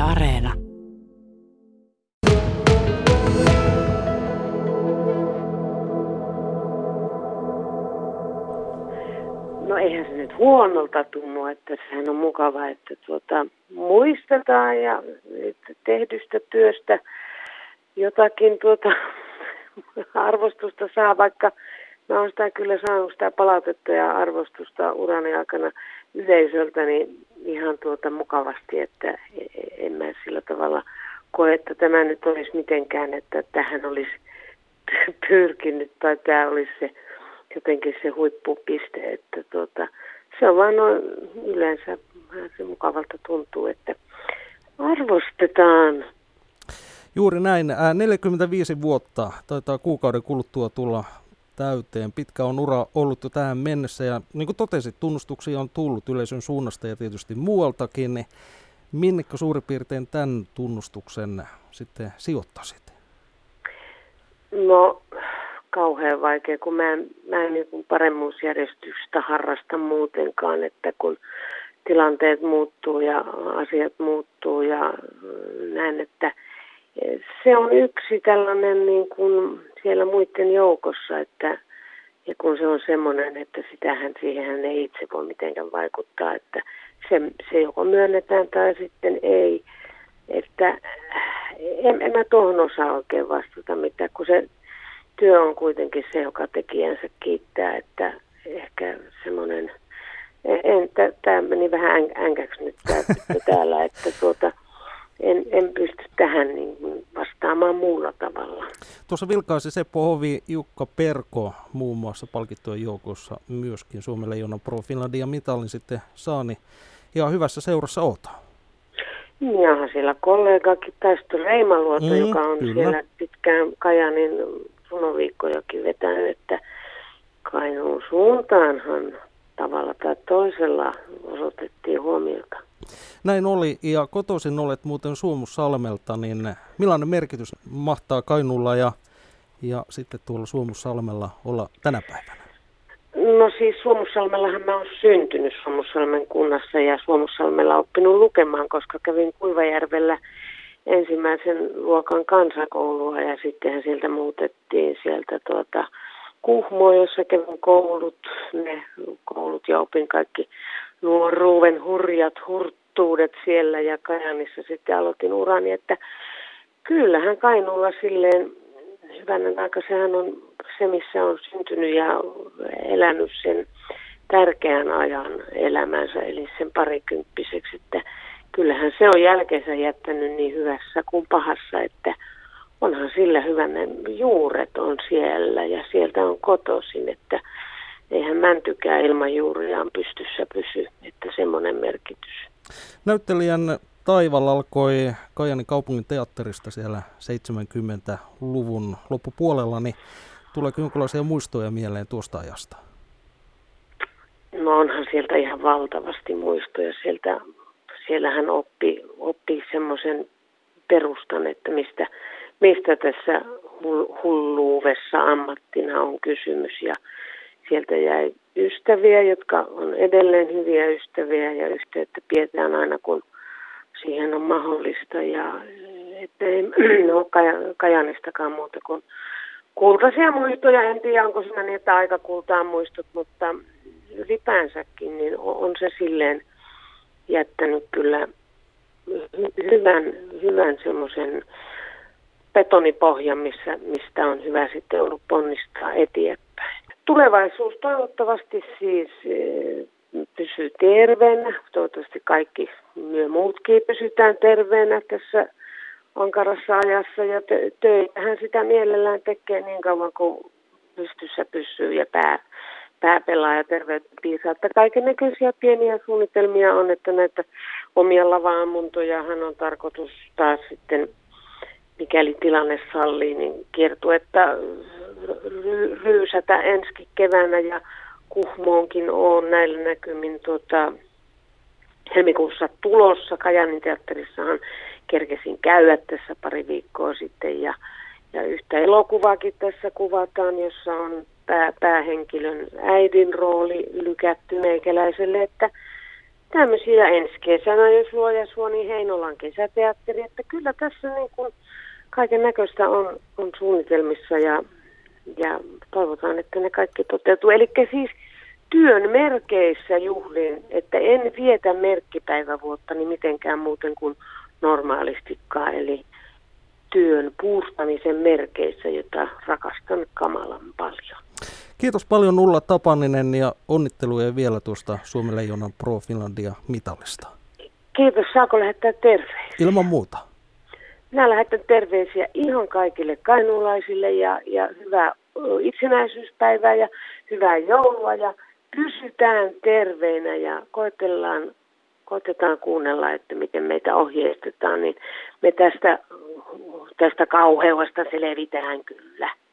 Areena. No eihän se nyt huonolta tunnu, että sehän on mukava, että muistetaan ja että tehdystä työstä jotakin arvostusta saa, vaikka mä oon sitä kyllä saanut sitä palautetta ja arvostusta urani aikana yleisöltä niin ihan mukavasti, että en mä sillä tavalla koe, että tämä nyt olisi mitenkään, että tähän olisi pyrkinyt tai tämä olisi se jotenkin se huippupiste, että se on vaan noin yleensä se mukavalta tuntuu, että arvostetaan. Juuri näin. 45 vuotta taitaa kuukauden kuluttua tulla täyteen. Pitkä on ura ollut jo tähän mennessä ja niin kuin totesit, tunnustuksia on tullut yleisön suunnasta ja tietysti muualtakin. Niin minnekö suurin piirtein tämän tunnustuksen sitten sijoittaisit? No kauhean vaikea, kun mä en niin paremmuusjärjestystä harrasta muutenkaan, että kun tilanteet muuttuu ja asiat muuttuu ja näin, että se on yksi tällainen niin kuin siellä muiden joukossa, että ja kun se on semmoinen, että siihenhän ei itse voi mitenkään vaikuttaa, että se joko myönnetään tai sitten ei, että en mä tuohon osaa oikein vastata mitään, kun se työ on kuitenkin se, joka tekijänsä kiittää, että ehkä semmoinen, tämä meni vähän änkäksi nyt täällä, että en pysty tähän niin vastaamaan muulla tavalla. Tuossa vilkaisi Seppo Hovi, Jukka Perko muun muassa palkittujen joukossa myöskin Suomen Leijonan Pro Finlandia mitalin sitten saani. Ja hyvässä seurassa oota. Jaha, siellä kollegakin Taisto Reimaluoto, joka on kyllä siellä pitkään Kajaanin runoviikkojakin vetänyt, että Kainuun suuntaanhan tavalla tai toisella osoitettiin huomiota. Näin oli, ja kotoisin olet muuten Suomussalmelta, niin millainen merkitys mahtaa Kainuulla ja sitten tuolla Suomussalmella olla tänä päivänä? No siis Suomussalmellahan mä oon syntynyt Suomussalmen kunnassa ja Suomussalmella oppinut lukemaan, koska kävin Kuivajärvellä ensimmäisen luokan kansakoulua ja sittenhän sieltä muutettiin sieltä Kuhmoon, jossa kävin ne koulut ja opin kaikki nuoruuden hurjat hurttuudet siellä ja Kajaanissa sitten aloitin urani, että kyllähän Kainuulla silleen hyvänen aika, sehän on se, missä on syntynyt ja elänyt sen tärkeän ajan elämänsä, eli sen parikymppiseksi, että kyllähän se on jälkeensä jättänyt niin hyvässä kuin pahassa, että onhan sillä hyvänen juuret on siellä ja sieltä on kotoisin, että eihän mäntykään ilman juuriaan pystyssä pysy, että semmoinen merkitys. Näyttelijän taival alkoi Kajaanin kaupungin teatterista siellä 70-luvun loppupuolella, niin tuleeko jonkinlaisia muistoja mieleen tuosta ajasta? No onhan sieltä ihan valtavasti muistoja. Siellähän oppi semmoisen perustan, että mistä tässä hulluudessa ammattina on kysymys. Ja sieltä jäi ystäviä, jotka on edelleen hyviä ystäviä ja yhteyttä pidetään aina kun siihen on mahdollista. Ja ettei ole Kajaanistakaan muuta kuin kultaisia muistoja. En tiedä, onko siinä niin, että aika kultaa muistot, mutta ylipäänsäkin niin on se silleen jättänyt kyllä hyvän semmoisen betonipohjan, mistä on hyvä sitten ollut ponnistaa eteenpäin. Tulevaisuus toivottavasti siis pysyy terveenä. Toivottavasti kaikki myö muutkin pysytään terveenä tässä ankarassa ajassa ja töitähän sitä mielellään tekee niin kauan kuin pystyssä pysyy ja pää pelaa ja terveyttä piisaa. Että kaikennäköisiä pieniä suunnitelmia on, että näitä omia lava-ammuntojahan on tarkoitus taas sitten, mikäli tilanne sallii, niin kiertuetta ryysätä ensi keväänä ja Kuhmoonkin on näillä näkymin helmikuussa tulossa. Kajaanin teatterissahan kerkesin käydä tässä pari viikkoa sitten ja yhtä elokuvaakin tässä kuvataan, jossa on päähenkilön äidin rooli lykätty meikäläiselle, että tämmöisiä ensi kesänä, jos luoja suo, niin Heinolan kesäteatteri, että kyllä tässä niin kuin kaiken näköistä on suunnitelmissa ja toivotaan, että ne kaikki toteutuu. Eli siis työn merkeissä juhlin, että en vietä merkkipäivävuottani mitenkään muuten kuin normaalistikaan, eli työn puustamisen merkeissä, jota rakastan kamalan paljon. Kiitos paljon Ulla Tapanainen ja onnitteluja vielä tuosta Suomen Leijonan Pro Finlandia -mitalista. Kiitos, saako lähettää terveisiä? Ilman muuta. Minä lähetän terveisiä ihan kaikille kainuulaisille ja hyvää itsenäisyyspäivää ja hyvää joulua ja pysytään terveinä ja koetetaan kuunnella, että miten meitä ohjeistetaan, niin me tästä kauheudesta selvitään kyllä.